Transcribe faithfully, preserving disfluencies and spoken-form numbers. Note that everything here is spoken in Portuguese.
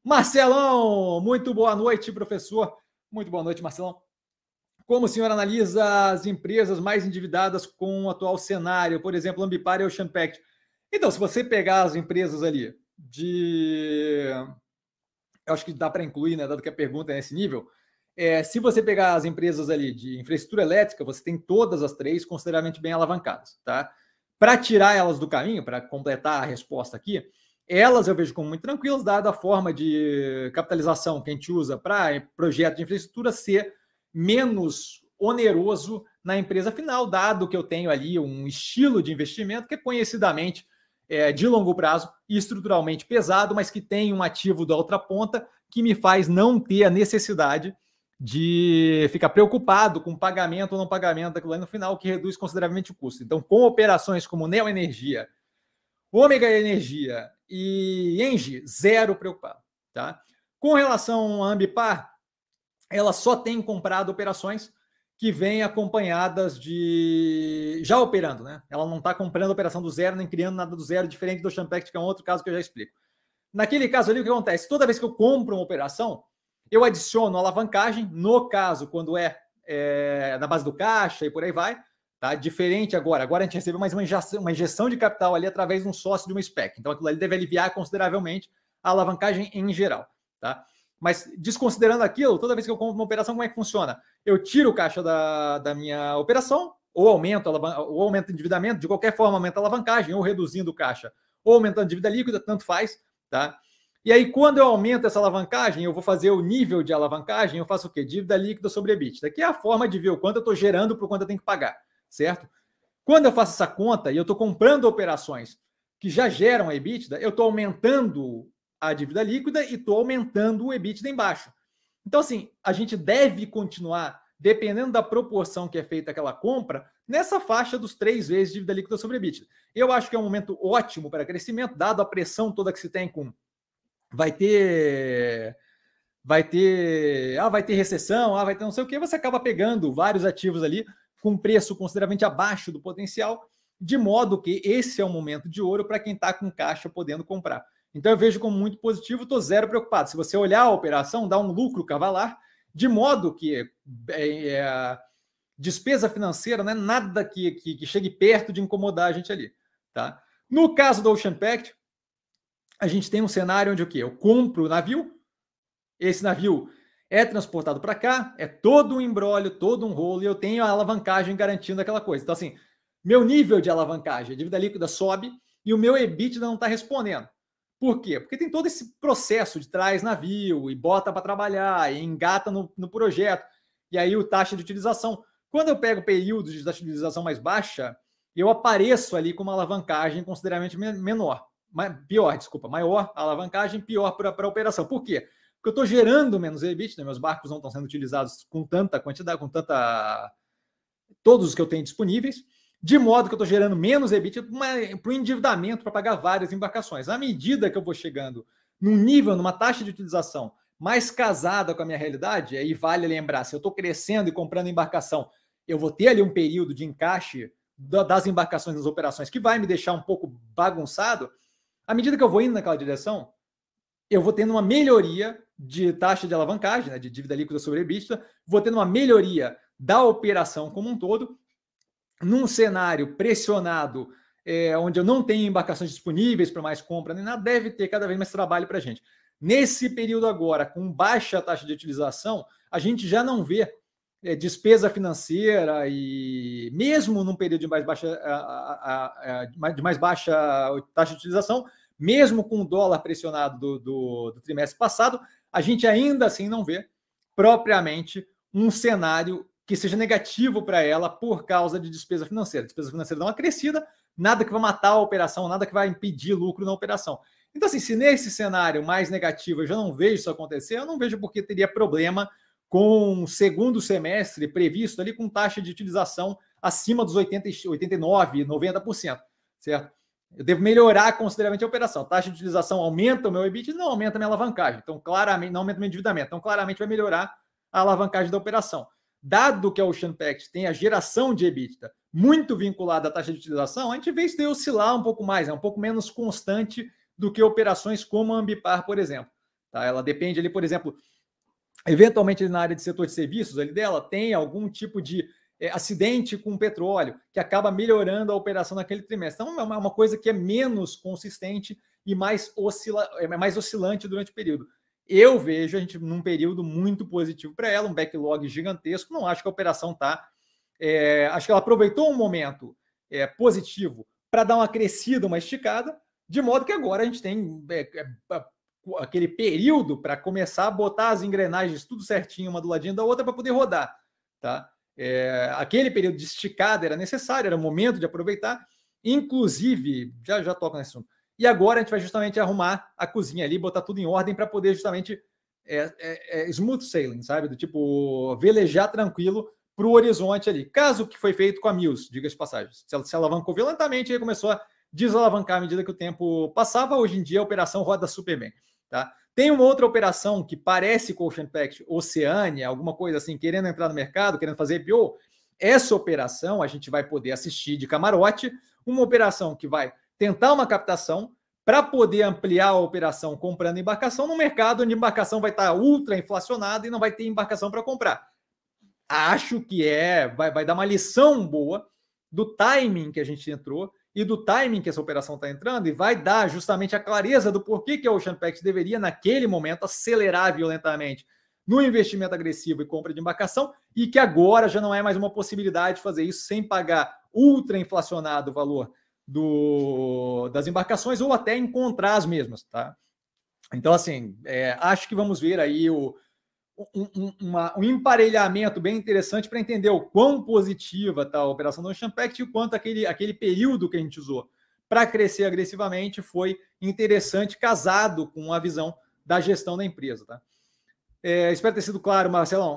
Marcelão, muito boa noite, professor. Muito boa noite, Marcelão. Como o senhor analisa as empresas mais endividadas com o atual cenário, por exemplo, Ambipar e Ocean Pact? Então, se você pegar as empresas ali de... Eu acho que dá para incluir, né, dado que a pergunta é nesse nível. É, se você pegar as empresas ali de infraestrutura elétrica, você tem todas as três consideravelmente bem alavancadas, tá? Para tirar elas do caminho, para completar a resposta aqui, elas eu vejo como muito tranquilas, dada a forma de capitalização que a gente usa para projeto de infraestrutura ser menos oneroso na empresa final, dado que eu tenho ali um estilo de investimento que é conhecidamente é, de longo prazo e estruturalmente pesado, mas que tem um ativo da outra ponta que me faz não ter a necessidade de ficar preocupado com pagamento ou não pagamento daquilo aí no final, que reduz consideravelmente o custo. Então, com operações como Neo Energia, Ômega Energia e Engie, zero preocupado. Tá? Com relação à Ambipar, ela só tem comprado operações que vêm acompanhadas de... já operando, né? Ela não está comprando operação do zero, nem criando nada do zero, diferente do Ocean Pact, que é um outro caso que eu já explico. Naquele caso ali, o que acontece? Toda vez que eu compro uma operação, eu adiciono alavancagem, no caso, quando é, é na base do caixa e por aí vai, tá? Diferente agora. Agora a gente recebeu mais uma injeção, uma injeção de capital ali através de um sócio de uma SPAC. Então aquilo ali deve aliviar consideravelmente a alavancagem em geral, tá? Mas desconsiderando aquilo, toda vez que eu compro uma operação, como é que funciona? Eu tiro o caixa da, da minha operação, ou aumento, ou aumento o endividamento, de qualquer forma aumenta a alavancagem, ou reduzindo o caixa, ou aumentando a dívida líquida, tanto faz, tá? E aí, quando eu aumento essa alavancagem, eu vou fazer o nível de alavancagem, eu faço o quê? Dívida líquida sobre EBITDA, que é a forma de ver o quanto eu estou gerando para o quanto eu tenho que pagar, certo? Quando eu faço essa conta e eu estou comprando operações que já geram a EBITDA, eu estou aumentando a dívida líquida e estou aumentando o EBITDA embaixo. Então, assim, a gente deve continuar, dependendo da proporção que é feita aquela compra, nessa faixa dos três vezes dívida líquida sobre EBITDA. Eu acho que é um momento ótimo para crescimento, dado a pressão toda que se tem com... Vai ter... Vai ter... Ah, vai ter recessão, ah, vai ter não sei o quê. Você acaba pegando vários ativos ali com preço consideravelmente abaixo do potencial, de modo que esse é o momento de ouro para quem está com caixa podendo comprar. Então eu vejo como muito positivo, estou zero preocupado. Se você olhar a operação, dá um lucro cavalar, de modo que é, é, despesa financeira, né, nada que, que, que chegue perto de incomodar a gente ali. Tá? No caso do Ocean Pact, a gente tem um cenário onde o quê? Eu compro o navio, esse navio é transportado para cá, é todo um embrólio, todo um rolo, e eu tenho a alavancagem garantindo aquela coisa. Então, assim, meu nível de alavancagem, a dívida líquida sobe e o meu EBITDA não está respondendo. Por quê? Porque tem todo esse processo de traz navio e bota para trabalhar e engata no, no projeto. E aí o taxa de utilização. Quando eu pego períodos de taxa de utilização mais baixa, eu apareço ali com uma alavancagem consideravelmente menor. Pior, desculpa, maior a alavancagem, pior para a operação. Por quê? Porque eu estou gerando menos EBITDA, meus barcos não estão sendo utilizados com tanta quantidade, com tanta... todos os que eu tenho disponíveis, de modo que eu estou gerando menos EBITDA para o endividamento para pagar várias embarcações. À medida que eu vou chegando num nível, numa taxa de utilização mais casada com a minha realidade, aí vale lembrar, se eu estou crescendo e comprando embarcação, eu vou ter ali um período de encaixe das embarcações nas operações que vai me deixar um pouco bagunçado. À medida que eu vou indo naquela direção, eu vou tendo uma melhoria de taxa de alavancagem, né, de dívida líquida sobre EBITDA, vou tendo uma melhoria da operação como um todo, num cenário pressionado, é, onde eu não tenho embarcações disponíveis para mais compra, nem nada, deve ter cada vez mais trabalho para a gente. Nesse período agora, com baixa taxa de utilização, a gente já não vê é, despesa financeira e mesmo num período de mais baixa, a, a, a, de mais baixa taxa de utilização, mesmo com o dólar pressionado do, do, do trimestre passado, a gente ainda assim não vê propriamente um cenário que seja negativo para ela por causa de despesa financeira. Despesa financeira dá uma crescida, nada que vai matar a operação, nada que vai impedir lucro na operação. Então, assim, se nesse cenário mais negativo eu já não vejo isso acontecer, eu não vejo porque teria problema com o segundo semestre previsto ali com taxa de utilização acima dos oitenta, oitenta e nove, noventa por cento, certo? Eu devo melhorar consideravelmente a operação. A taxa de utilização aumenta o meu EBITDA, não aumenta a minha alavancagem. Então, claramente, não aumenta o meu endividamento. Então, claramente vai melhorar a alavancagem da operação. Dado que a Ocean Pact tem a geração de EBITDA muito vinculada à taxa de utilização, a gente vê isso daí oscilar um pouco mais, é um pouco menos constante do que operações como a Ambipar, por exemplo. Tá? Ela depende ali, por exemplo, eventualmente na área de setor de serviços ali dela, tem algum tipo de é, acidente com petróleo que acaba melhorando a operação naquele trimestre. Então, é uma, uma coisa que é menos consistente e mais, oscila, é mais oscilante durante o período. Eu vejo a gente num período muito positivo para ela, um backlog gigantesco. Não acho que a operação está... É, acho que ela aproveitou um momento é, positivo para dar uma crescida, uma esticada, de modo que agora a gente tem é, é, aquele período para começar a botar as engrenagens tudo certinho, uma do ladinho da outra, para poder rodar. Tá? É, aquele período de esticada era necessário, era o momento de aproveitar. Inclusive, já, já toco nesse assunto. E agora a gente vai justamente arrumar a cozinha ali, botar tudo em ordem para poder justamente é, é, é, smooth sailing, sabe? Do tipo, velejar tranquilo para o horizonte ali. Caso o que foi feito com a Mills, diga-se de passagem, se ela se alavancou violentamente e começou a desalavancar à medida que o tempo passava, hoje em dia a operação roda super bem. Tá? Tem uma outra operação que parece com o Ocean Pact, Oceania, alguma coisa assim, querendo entrar no mercado, querendo fazer I P O. Essa operação a gente vai poder assistir de camarote, uma operação que vai tentar uma captação para poder ampliar a operação comprando embarcação no mercado onde a embarcação vai estar ultra inflacionada e não vai ter embarcação para comprar. Acho que é, vai, vai dar uma lição boa do timing que a gente entrou e do timing que essa operação está entrando, e vai dar justamente a clareza do porquê que a Ocean Pact deveria, naquele momento, acelerar violentamente no investimento agressivo e compra de embarcação, e que agora já não é mais uma possibilidade de fazer isso sem pagar ultra inflacionado o valor do, das embarcações, ou até encontrar as mesmas. Tá? Então, assim, é, acho que vamos ver aí o Um, um, uma, um emparelhamento bem interessante para entender o quão positiva está a operação do Ocean Pact e o quanto aquele, aquele período que a gente usou para crescer agressivamente foi interessante, casado com a visão da gestão da empresa. Tá? É, espero ter sido claro, Marcelão.